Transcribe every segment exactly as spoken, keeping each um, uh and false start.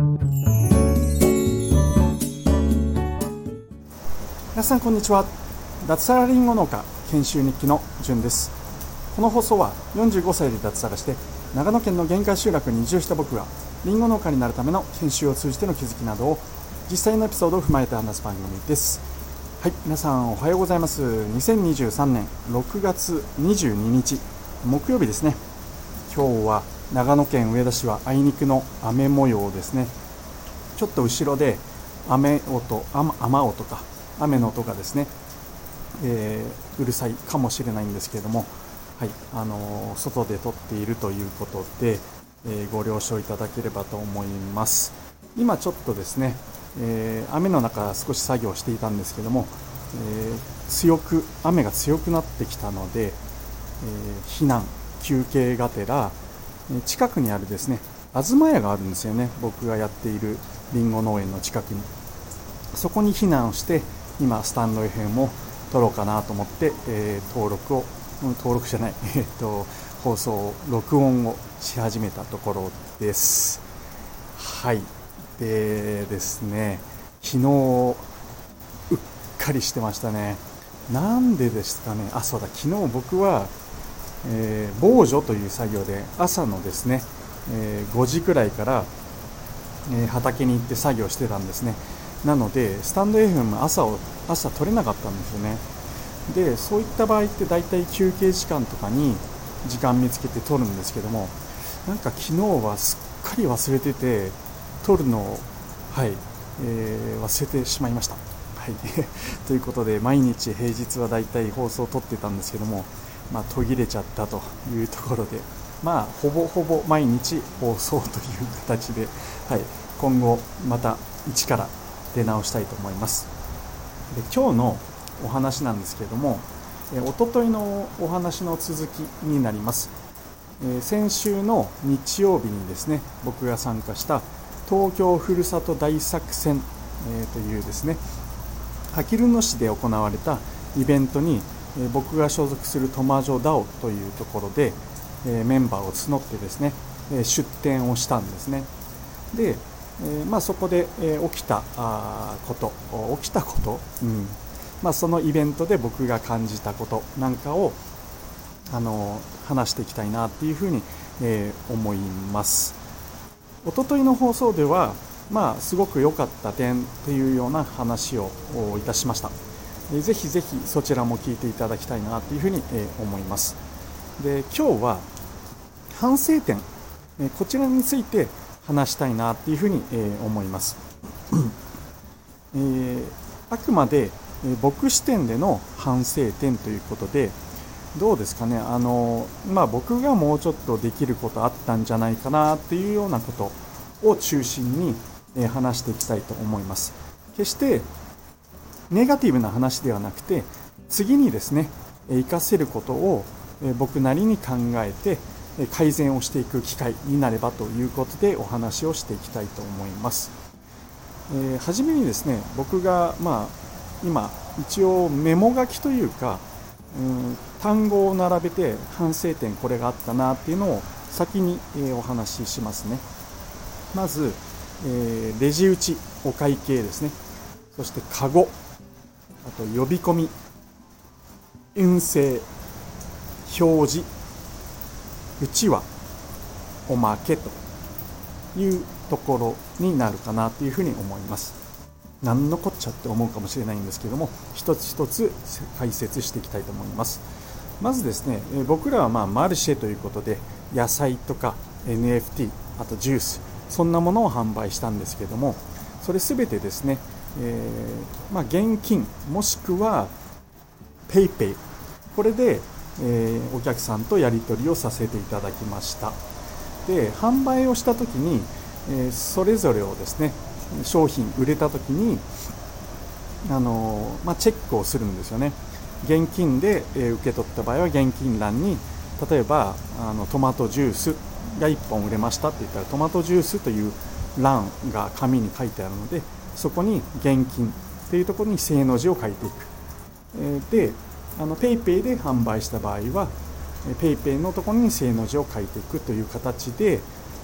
皆さんこんにちは。脱サラリンゴ農家研修日記のじゅんです。この放送はよんじゅうごさいで脱サラして長野県の限界集落に移住した僕がリンゴ農家になるための研修を通じての気づきなどを実際のエピソードを踏まえて話す番組です。はい、皆さんおはようございます。にせんにじゅうさんねんろくがつにじゅうににち木曜日ですね。今日は長野県上田市はあいにくの雨模様ですね。ちょっと後ろで雨音、雨音か雨の音がですね、えー、うるさいかもしれないんですけれども、はい、あのー、外で撮っているということで、えー、ご了承いただければと思います。今ちょっとですね、えー、雨の中少し作業していたんですけども、えー、強く雨が強くなってきたので、えー、避難休憩がてら近くにあるですね東屋があるんですよね。僕がやっているリンゴ農園の近くに、そこに避難をして今スタンド エフエム を撮ろうかなと思って、えー、登録を登録じゃない、えー、と放送を録音をし始めたところです。はい。でですね、昨日うっかりしてましたね。なんでですかね。あ、そうだ、昨日僕は、えー、防除という作業で朝のですね、えー、ごじくらいから、えー、畑に行って作業してたんですね。なのでスタンド エフエム 朝を朝取れなかったんですよね。でそういった場合ってだいたい休憩時間とかに時間見つけて取るんですけども、なんか昨日はすっかり忘れてて取るのを、はいえー、忘れてしまいました。はい、ということで毎日平日はだいたい放送を撮ってたんですけども、まあ、途切れちゃったというところで、まあほぼほぼ毎日放送という形で、はい、今後また一から出直したいと思います。で今日のお話なんですけれども、えおとといのお話の続きになります。え先週の日曜日にですね、僕が参加した東京ふるさと大作戦、えというですねあきる野市で行われたイベントに、え僕が所属するトマジョダオというところで、えメンバーを募ってですね、え出展をしたんですね。でえーまあ、そこで、えー、起きたあこと起きたこと、うんまあ、そのイベントで僕が感じたことなんかを、あのー、話していきたいなっていうふうに、えー、思います。おとといの放送では、まあ、すごく良かった点っていうような話をいたしました。えー、ぜひぜひそちらも聞いていただきたいなというふうに、えー、思います。で今日は反省点、えー、こちらについて話したいなっていうふうに、えー、思います、えー、あくまで、えー、僕視点での反省点ということで、どうですかね、あのーまあ、僕がもうちょっとできることあったんじゃないかなっていうようなことを中心に、えー、話していきたいと思います。決してネガティブな話ではなくて、次にですね活かせることを、えー、僕なりに考えて改善をしていく機会になればということでお話をしていきたいと思います。えー、はじめにですね、僕が、まあ、今一応メモ書きというか、うん、単語を並べて反省点これがあったなっていうのを先に、えー、お話ししますね。まず、えー、レジ打ちお会計ですね。そしてカゴ、あと呼び込み、運勢、表示、うちはおまけというところになるかなというふうに思います。何のこっちゃって思うかもしれないんですけども、一つ一つ解説していきたいと思います。まずですね、僕らはまあマルシェということで野菜とか エヌエフティー、あとジュース、そんなものを販売したんですけども、それすべてですね、えーまあ、現金もしくはペイペイ、これでえー、お客さんとやり取りをさせていただきました。で販売をしたときに、えー、それぞれをですね商品売れたときに、あのーまあ、チェックをするんですよね。現金で、えー、受け取った場合は現金欄に、例えばあのトマトジュースがいっぽん売れましたって言ったら、トマトジュースという欄が紙に書いてあるので、そこに現金というところに正の字を書いていく。えー、であのペイペイで販売した場合はペイペイのところに正の字を書いていくという形で、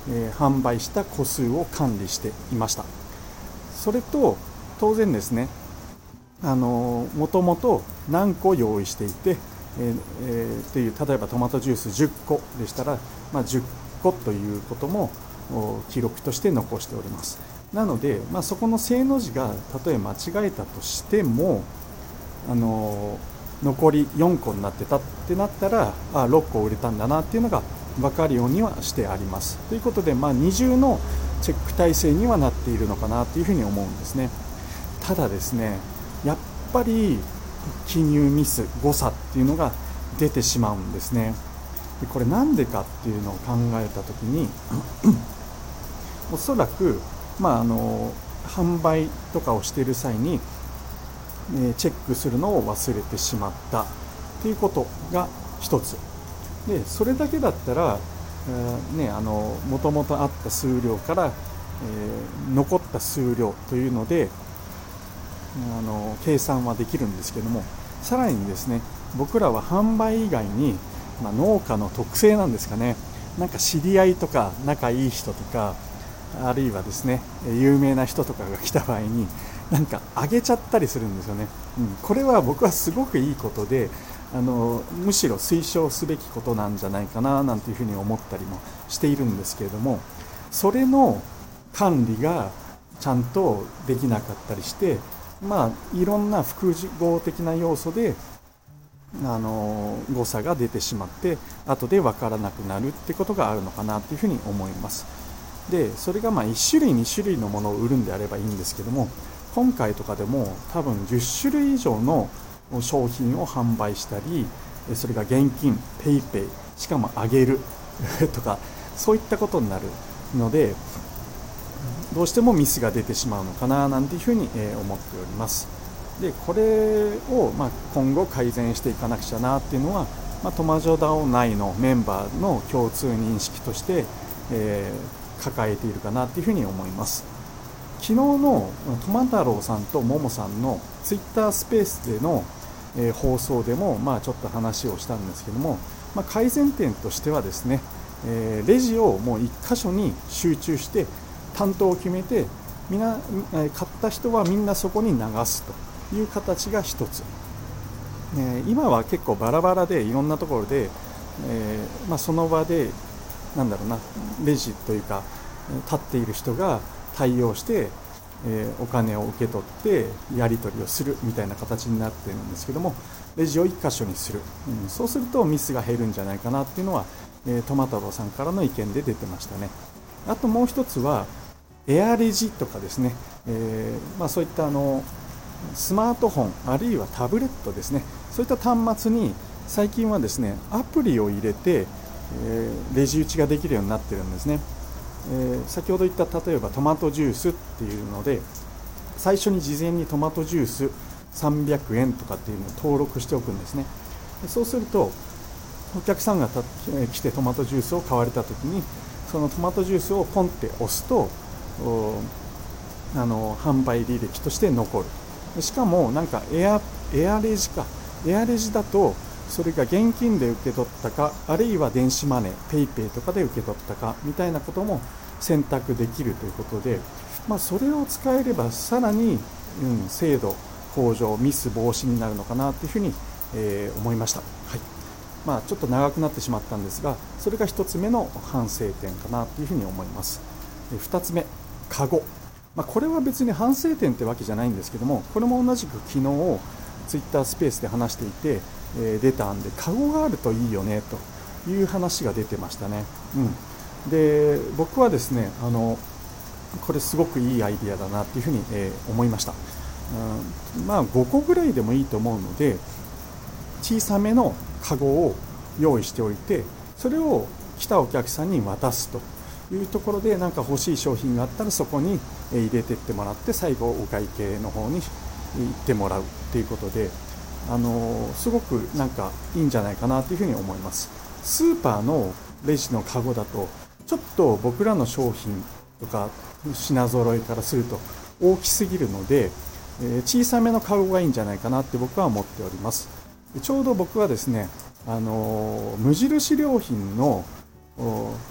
えー、販売した個数を管理していました。それと当然ですね、あのもともと何個用意していて、えーえー、っていう例えばトマトジュースじゅっこでしたら、まあ、じゅっこということも記録として残しております。なので、まあ、そこの正の字がたとえ間違えたとしても、あの残りよんこになってたってなったら、あろっこ売れたんだなっていうのが分かるようにはしてあります。ということで、まあ、二重のチェック体制にはなっているのかなというふうに思うんですね。ただですね、やっぱり記入ミス誤差っていうのが出てしまうんですね。でこれなんでかっていうのを考えたときにおそらく、まあ、あの販売とかをしている際に、えー、チェックするのを忘れてしまったということが一つで、それだけだったら、えーね、あの元々あった数量から、えー、残った数量というのであの計算はできるんですけども、さらにですね、僕らは販売以外に、まあ、農家の特性なんですかね、なんか知り合いとか仲いい人とか、あるいはですね有名な人とかが来た場合になんかあげちゃったりするんですよね、うん、これは僕はすごくいいことで、あのむしろ推奨すべきことなんじゃないかななんていうふうに思ったりもしているんですけれども、それの管理がちゃんとできなかったりして、まあいろんな複合的な要素であの誤差が出てしまって後で分からなくなるってことがあるのかなというふうに思います。でそれがまあいち種類に種類のものを売るんであればいいんですけども、今回とかでも多分じゅっしゅるい以上の商品を販売したり、それが現金ペイペイしかもあげるとかそういったことになるので、どうしてもミスが出てしまうのかななんていうふうに思っております。でこれをまあ今後改善していかなくちゃなっていうのは、まあ、トマジョダオ内のメンバーの共通認識として、えー抱えているかなというふうに思います。昨日のトマ太郎さんとももさんのツイッタースペースでの、えー、放送でも、まあ、ちょっと話をしたんですけども、まあ、改善点としてはですね、えー、レジをもう一箇所に集中して担当を決めてみな、えー、買った人はみんなそこに流すという形が一つ、えー、今は結構バラバラでいろんなところで、えーまあ、その場でなんだろうなレジというか立っている人が対応して、えー、お金を受け取ってやり取りをするみたいな形になっているんですけども、レジを一箇所にする、うん、そうするとミスが減るんじゃないかなっていうのは、えー、トマ太郎さんからの意見で出てましたね。あともう一つはエアレジとかですね、えーまあ、そういったあのスマートフォンあるいはタブレットですね、そういった端末に最近はですねアプリを入れてえー、レジ打ちができるようになっているんですね、えー、先ほど言った例えばトマトジュースっていうので最初に事前にトマトジュースさんびゃくえんとかっていうのを登録しておくんですね。そうするとお客さんがた来てトマトジュースを買われた時にそのトマトジュースをポンって押すとあの販売履歴として残る。しかもなんかエア、エアレジかエアレジだとそれが現金で受け取ったかあるいは電子マネーペイペイとかで受け取ったかみたいなことも選択できるということで、まあ、それを使えればさらに、うん、精度向上ミス防止になるのかなというふうに、えー、思いました、はいまあ、ちょっと長くなってしまったんですが、それがひとつめの反省点かなというふうに思います。ふたつめ、カゴ、まあ、これは別に反省点ってわけじゃないんですけども、これも同じく昨日ツイッタースペースで話していてえー、出たんでカゴがあるといいよねという話が出てましたね、うん、で僕はですねあのこれすごくいいアイデアだなというふうに、えー、思いました、うん、まあごこぐらいでもいいと思うので小さめのカゴを用意しておいてそれを来たお客さんに渡すというところで何か欲しい商品があったらそこに入れていってもらって最後お会計の方に行ってもらうということであのすごくなんかいいんじゃないかなというふうに思います。スーパーのレジのカゴだとちょっと僕らの商品とか品揃えからすると大きすぎるので、えー、小さめのカゴがいいんじゃないかなって僕は思っております。ちょうど僕はですねあの無印良品の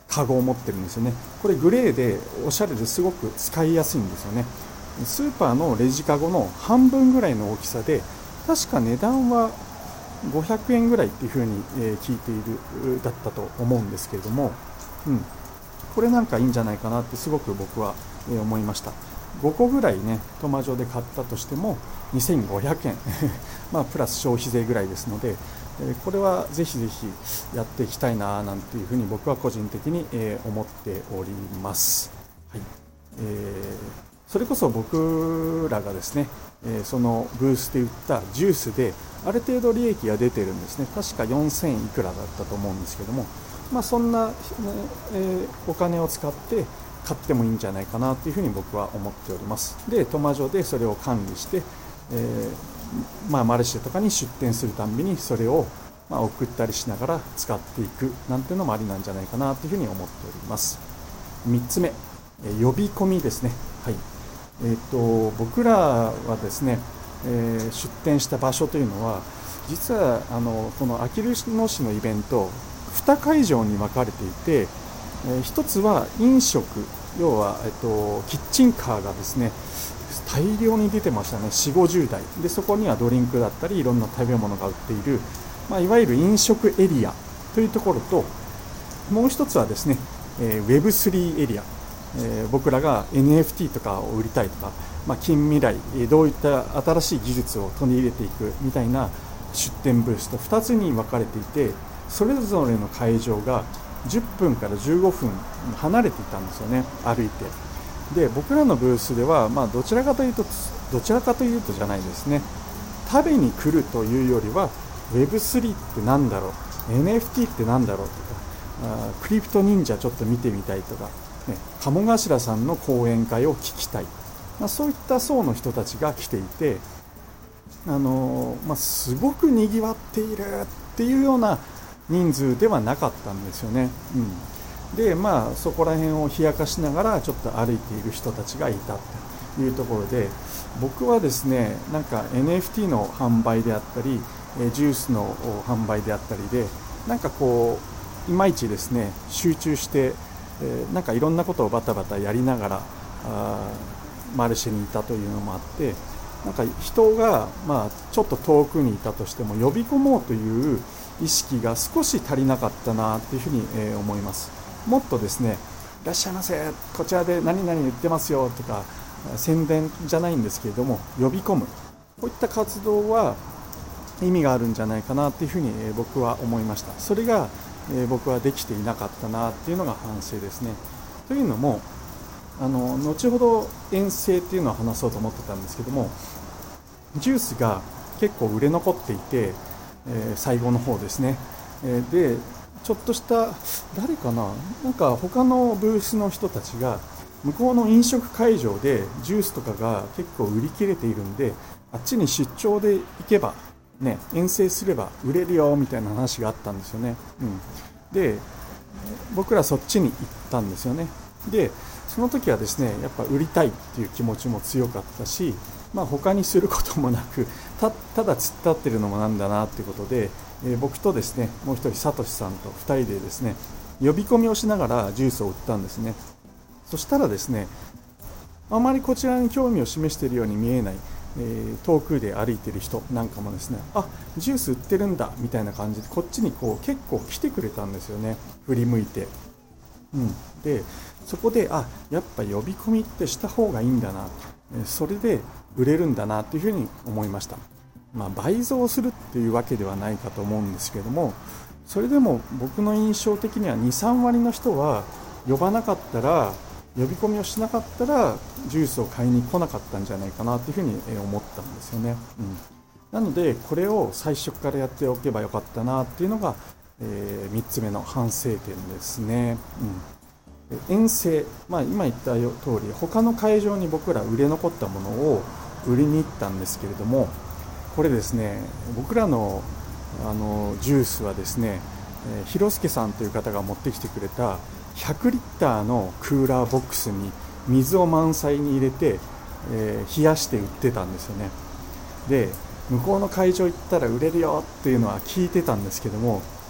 カゴを持ってるんですよね。これグレーでおしゃれですごく使いやすいんですよね。スーパーのレジカゴの半分ぐらいの大きさで、確か値段はごひゃくえんぐらいっていう風に聞いているだったと思うんですけれども、うん、これなんかいいんじゃないかなってすごく僕は思いました。ごこぐらいね、トマジョで買ったとしてもにせんごひゃくえんまあプラス消費税ぐらいですので、これはぜひぜひやっていきたいななんていうふうに僕は個人的に思っております。はい、えー、それこそ僕らがですね、そのブースで売ったジュースである程度利益が出てるんですね。確かよんせんいくらだったと思うんですけども、まあ、そんな、えー、お金を使って買ってもいいんじゃないかなというふうに僕は思っております。で、トマジョでそれを管理して、えーまあ、マルシェとかに出店するたんびにそれをまあ送ったりしながら使っていくなんていうのもありなんじゃないかなというふうに思っております。みっつめ、呼び込みですね。はい、えー、と僕らはですね、えー、出店した場所というのは実はあのこのあきる野市のイベントに会場に分かれていて、えー、ひとつは飲食、要は、えー、とキッチンカーがですね大量に出てましたね。よんじゅう、ごじゅうだいで、そこにはドリンクだったりいろんな食べ物が売っている、まあ、いわゆる飲食エリアというところと、もう一つはですね ウェブスリー エリア、えー、僕らが エヌエフティー とかを売りたいとか、まあ、近未来どういった新しい技術を取り入れていくみたいな出店ブースとふたつに分かれていて、それぞれの会場がじゅっぷんからじゅうごふん離れていたんですよね、歩いて。で、僕らのブースでは、まあ、どちらかというとどちらかというとじゃないですね、食べに来るというよりは ウェブスリー ってなんだろう、 エヌエフティー ってなんだろうとか、あクリプト忍者ちょっと見てみたいとか、ね、鴨頭さんの講演会を聞きたい、まあ、そういった層の人たちが来ていて、あのーまあ、すごくにぎわっているっていうような人数ではなかったんですよね。うん、で、まあそこら辺を冷やかしながらちょっと歩いている人たちがいたというところで、僕はですね、なんか エヌエフティー の販売であったりジュースの販売であったりで、なんかこういまいちですね集中して、えー、なんかいろんなことをバタバタやりながらあマルシェにいたというのもあって、なんか人が、まあ、ちょっと遠くにいたとしても呼び込もうという意識が少し足りなかったなというふうに、えー、思います。もっとですね、いらっしゃいませ、こちらで何々言ってますよとか、宣伝じゃないんですけれども呼び込む、こういった活動は意味があるんじゃないかなというふうに、えー、僕は思いました。それが、えー、僕はできていなかったなというのが反省ですね。というのも、あの後ほど遠征っていうのを話そうと思ってたんですけども、ジュースが結構売れ残っていて、えー、最後の方ですね、えー、でちょっとした誰かな、なんか他のブースの人たちが向こうの飲食会場でジュースとかが結構売り切れているんで、あっちに出張で行けばね、遠征すれば売れるよみたいな話があったんですよね。うん、で僕らそっちに行ったんですよね。でその時はですね、やっぱ売りたいっていう気持ちも強かったし、まあ、他にすることもなく た, ただ突っ立ってるのもなんだなということで、えー、僕とですねもう一人サトシさんとふたりでですね呼び込みをしながらジュースを売ったんですね。そしたらですね、あまりこちらに興味を示しているように見えない、えー、遠くで歩いている人なんかもですね、あ、ジュース売ってるんだみたいな感じでこっちにこう結構来てくれたんですよね、振り向いて。うん、でそこで、あ、やっぱ呼び込みってした方がいいんだな、それで売れるんだなというふうに思いました。まあ、倍増するっていうわけではないかと思うんですけども、それでも僕の印象的には にさんわりの人は呼ばなかったら、呼び込みをしなかったらジュースを買いに来なかったんじゃないかなというふうに思ったんですよね。うん、なのでこれを最初からやっておけばよかったなっていうのが、えー、みっつめの反省点ですね。うん、遠征、まあ、今言った通り他の会場に僕ら売れ残ったものを売りに行ったんですけれども、これですね、僕らのあのジュースはですね、えー、広助さんという方が持ってきてくれたひゃくリッターのクーラーボックスに水を満載に入れて、えー、冷やして売ってたんですよね。で向こうの会場行ったら売れるよっていうのは聞いてたんですけども、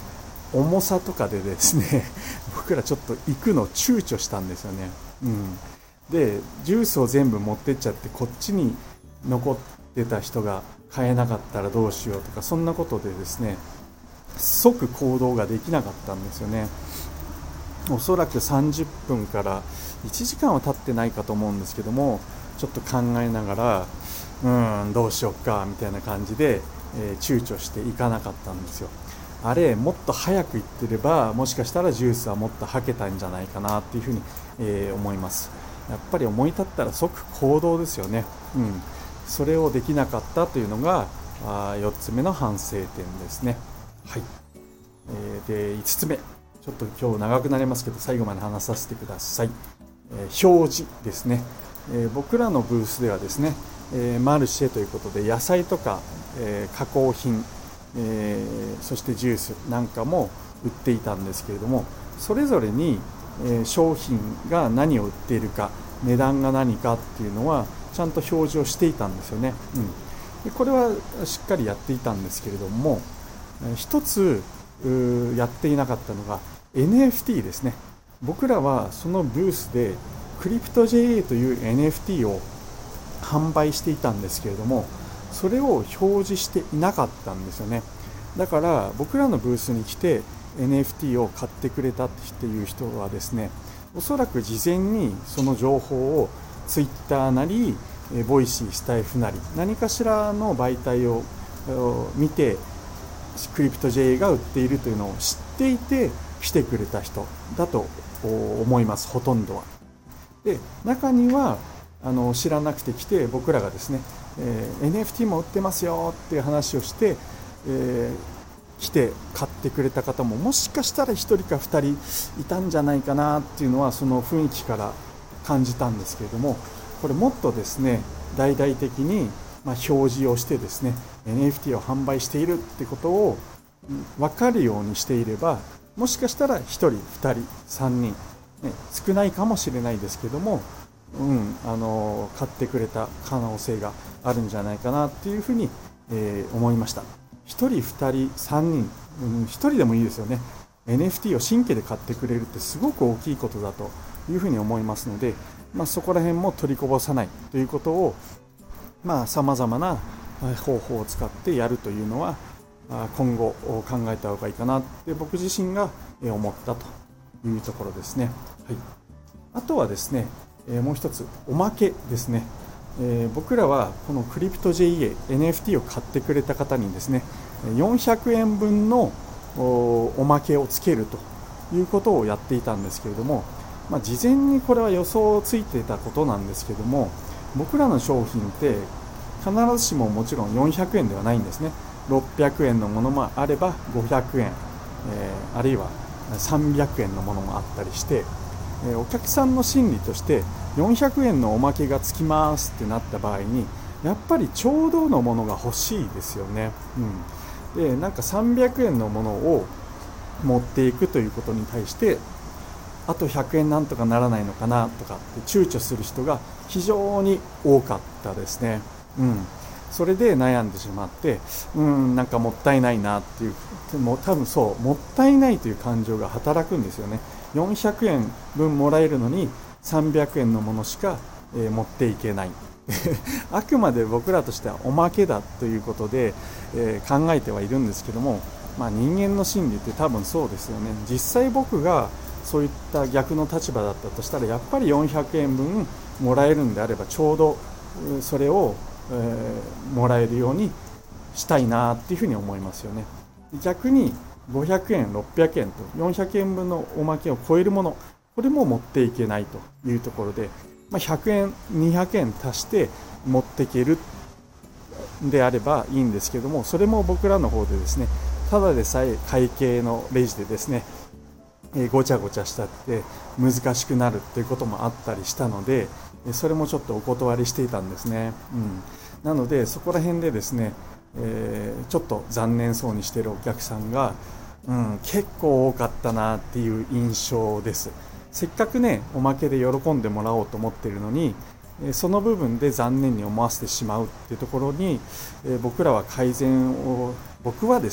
重さとかでですね僕らちょっと行くの躊躇したんですよね、うん、でジュースを全部持ってっちゃってこっちに残ってた人が買えなかったらどうしようとか、そんなことでですね即行動ができなかったんですよね。おそらくさんじゅっぷんからいちじかんは経ってないかと思うんですけども、ちょっと考えながらうーんどうしよっかみたいな感じで、えー、躊躇していかなかったんですよ。あれもっと早く行ってればもしかしたらジュースはもっと吐けたんじゃないかなっていうふうに、えー、思います。やっぱり思い立ったら即行動ですよね、うん、それをできなかったというのがあよっつめの反省点ですね。はい、えー、でいつつめ、ちょっと今日長くなりますけど最後まで話させてください。えー、表示ですね、えー、僕らのブースではですね、えー、マルシェということで野菜とか、えー、加工品、えー、そしてジュースなんかも売っていたんですけれども、それぞれに、えー、商品が何を売っているか、値段が何かっていうのはちゃんと表示をしていたんですよね、うん、でこれはしっかりやっていたんですけれども、一つやっていなかったのが エヌエフティー ですね。僕らはそのブースでクリプト ジェーエー という エヌエフティー を販売していたんですけれども、それを表示していなかったんですよね。だから僕らのブースに来て エヌエフティー を買ってくれたっていう人はですね、おそらく事前にその情報をツイッターなりボイシースタイフなり何かしらの媒体を見てクリプト ジェーエー が売っているというのを知っていて来てくれた人だと思います、ほとんどは。で中にはあの知らなくて来て僕らがですね、えー、エヌエフティー も売ってますよっていう話をして、えー、来て買ってくれた方ももしかしたらひとりかふたりいたんじゃないかなっていうのはその雰囲気から感じたんですけれども、これもっとですね大々的にまあ表示をしてですね エヌエフティー を販売しているってことを分かるようにしていれば、もしかしたらひとりふたりさんにん、ね、少ないかもしれないですけども、うん、あの買ってくれた可能性があるんじゃないかなっていうふうに、えー、思いました。ひとりふたりさんにん、うん、ひとりでもいいですよね。 エヌエフティー を新規で買ってくれるってすごく大きいことだというふうに思いますので、まあ、そこら辺も取りこぼさないということをさまざまな方法を使ってやるというのは今後考えた方がいいかなって僕自身が思ったというところですね。はい、あとはですね、もう一つおまけですね。僕らはこのクリプト ジェーイーエー エヌエフティー を買ってくれた方にですねよんひゃくえんぶんのおまけをつけるということをやっていたんですけれども、まあ、事前にこれは予想ついていたことなんですけども、僕らの商品って必ずしももちろんよんひゃくえんではないんですね。ろっぴゃくえんのものもあればごひゃくえん、えー、あるいはさんびゃくえんのものもあったりして、えー、お客さんの心理としてよんひゃくえんのおまけがつきますってなった場合にやっぱりちょうどのものが欲しいですよね、うん、でなんかさんびゃくえんのものを持っていくということに対してあとひゃくえんなんとかならないのかなとかって躊躇する人が非常に多かったですね、うん、それで悩んでしまって、うん、なんかもったいないなっていう、もう多分そうもったいないという感情が働くんですよね。よんひゃくえんぶんもらえるのにさんびゃくえんのものしか、えー、持っていけないあくまで僕らとしてはおまけだということで、えー、考えてはいるんですけども、まあ、人間の心理って多分そうですよね。実際僕がそういった逆の立場だったとしたらやっぱりよんひゃくえんぶんもらえるんであればちょうどそれを、えー、もらえるようにしたいなっていうふうに思いますよね。逆にごひゃくえんろっぴゃくえんとよんひゃくえんぶんのおまけを超えるもの、これも持っていけないというところで、まあ、ひゃくえんにひゃくえん足して持っていけるであればいいんですけども、それも僕らの方でですねただでさえ会計のレジでですねごちゃごちゃしたって難しくなるということもあったりしたので、それもちょっとお断りしていたんですね、うん、なのでそこら辺でですね、えー、ちょっと残念そうにしているお客さんが、うん、結構多かったなっていう印象です。せっかくねおまけで喜んでもらおうと思っているのにその部分で残念に思わせてしまうっていうところに僕らは改善を僕はですね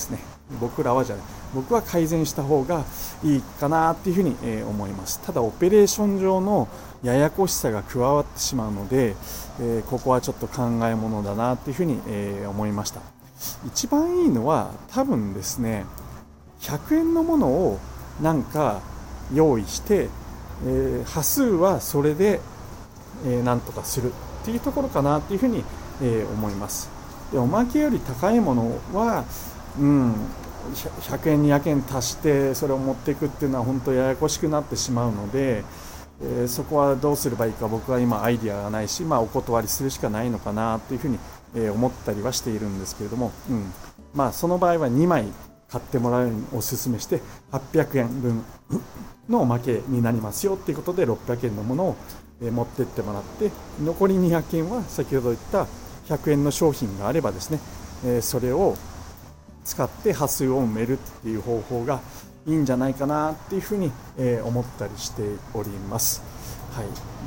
僕らはじゃない僕は改善した方がいいかなっていうふうに、えー、思います。ただオペレーション上のややこしさが加わってしまうので、えー、ここはちょっと考えものだなっていうふうに、えー、思いました。一番いいのは多分ですね、ひゃくえんのものをなんか用意して、えー、端数はそれで、えー、なんとかするっていうところかなっていうふうに、えー、思います。でおまけより高いものは、うん、ひゃくえんにひゃくえん足してそれを持っていくっていうのは本当ややこしくなってしまうので、えー、そこはどうすればいいか僕は今アイディアがないし、まあ、お断りするしかないのかなというふうに、えー、思ったりはしているんですけれども、うんまあ、その場合はにまい買ってもらうようにお勧めしてはっぴゃくえんぶんのおまけになりますよっていうことでろっぴゃくえんのものを持ってってもらって、残りにひゃくえんは先ほど言ったひゃくえんの商品があればですね、それを使って端数を埋めるっていう方法がいいんじゃないかなっていうふうに思ったりしております。はい、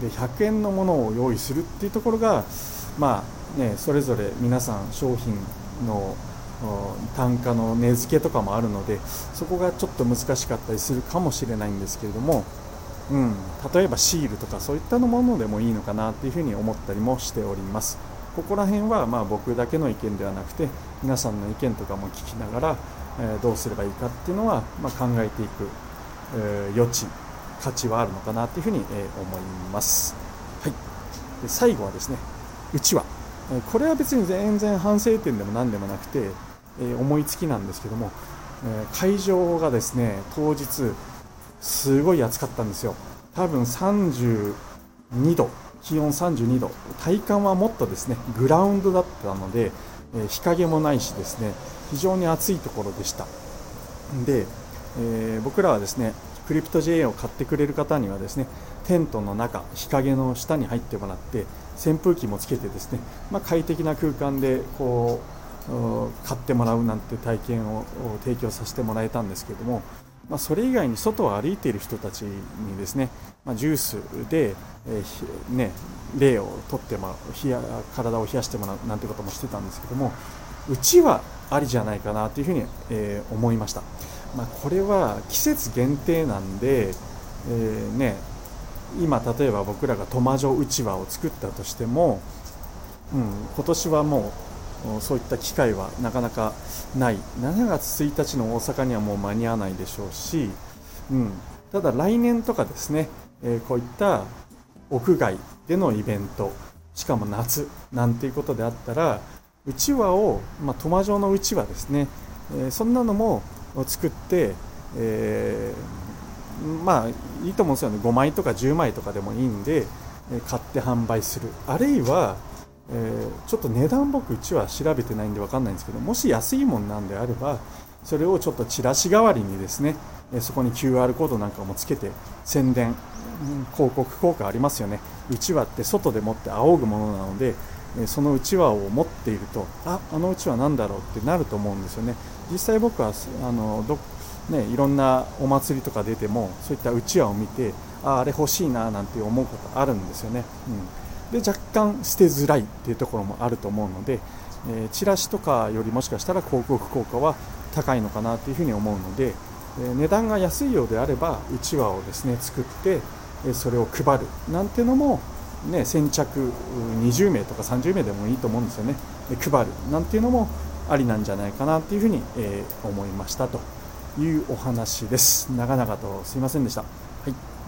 でひゃくえんのものを用意するっていうところが、まあね、それぞれ皆さん商品の単価の値付けとかもあるので、そこがちょっと難しかったりするかもしれないんですけれども、うん、例えばシールとかそういったものでもいいのかなというふうに思ったりもしております。ここら辺はまあ僕だけの意見ではなくて皆さんの意見とかも聞きながら、えー、どうすればいいかっていうのは、まあ、考えていく、えー、余地価値はあるのかなというふうに、えー、思います。はい、で最後はですね、うちわ、これは別に全然反省点でも何でもなくて、えー、思いつきなんですけども、えー、会場がですね当日すごい暑かったんですよ。多分さんじゅうにど、気温さんじゅうにど、体感はもっとですねグラウンドだったので、えー、日陰もないしですね非常に暑いところでした。で、えー、僕らはですねクリプト ジェイエー を買ってくれる方にはですねテントの中、日陰の下に入ってもらって扇風機もつけてですね、まあ、快適な空間でこう買ってもらうなんて体験を提供させてもらえたんですけれども、まあ、それ以外に外を歩いている人たちにですね、まあ、ジュースで、えーね、冷を取ってもらう、冷や体を冷やしてもらうなんてこともしてたんですけども、うちはありじゃないかなというふうに、えー、思いました。まあ、これは季節限定なんで、えーね、今例えば僕らがトマジョうちわを作ったとしても、うん、今年はもうそういった機会はなかなかない。しちがつついたちの大阪にはもう間に合わないでしょうし、うん、ただ来年とかですね、えー、こういった屋外でのイベント、しかも夏なんていうことであったら、うちわを、まあ、トマジョのうちわですね、えー、そんなのも作って、えー、まあいいと思うんですよね。ごまいとかじゅうまいとかでもいいんで、えー、買って販売する、あるいはえー、ちょっと値段僕うちは調べてないんで分かんないんですけど、もし安いもんなんであればそれをちょっとチラシ代わりにですね、えー、そこに キューアール コードなんかもつけて宣伝、うん、広告効果ありますよね。うちわって外で持って仰ぐものなので、えー、そのうちわを持っていると、あ、あのうちわなんだろうってなると思うんですよね。実際僕はあのど、ね、いろんなお祭りとか出てもそういったうちわを見て、あ、あれ欲しいななんて思うことあるんですよね。うんで若干捨てづらいっていうところもあると思うので、えー、チラシとかよりもしかしたら広告効果は高いのかなというふうに思うので、えー、値段が安いようであればうちわをですね作って、えー、それを配るなんていうのも、ね、先着にじゅうめいとかさんじゅうめいでもいいと思うんですよね。で配るなんていうのもありなんじゃないかなというふうに、えー、思いましたというお話です。長々とすいませんでした。はい、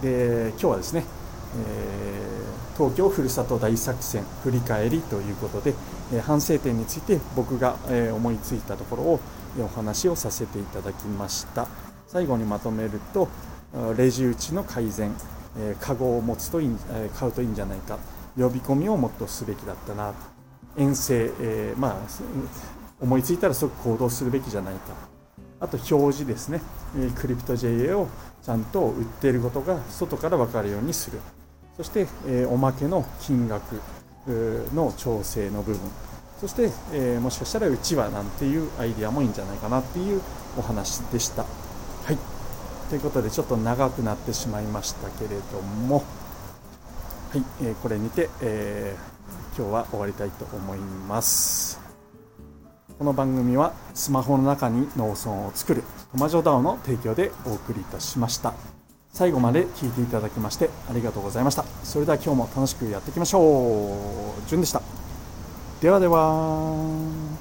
で今日はですね、えー東京ふるさと大作戦振り返りということで、えー、反省点について僕が、えー、思いついたところを、えー、お話をさせていただきました。最後にまとめると、レジ打ちの改善、えー、カゴを持つといい、えー、買うといいんじゃないか、呼び込みをもっとすべきだったな、遠征、えーまあ、思いついたら即行動するべきじゃないか、あと表示ですね、えー、クリプト ジェイエー をちゃんと売っていることが外から分かるようにする。そして、えー、おまけの金額の調整の部分、そして、えー、もしかしたらうちわなんていうアイディアもいいんじゃないかなっていうお話でした。はい、ということでちょっと長くなってしまいましたけれども、はい、えー、これにて、えー、今日は終わりたいと思います。 この番組はスマホの中に農村を作るトマジョダオの提供でお送りいたしました。最後まで聞いていただきましてありがとうございました。それでは今日も楽しくやっていきましょう。じゅんでした。ではでは。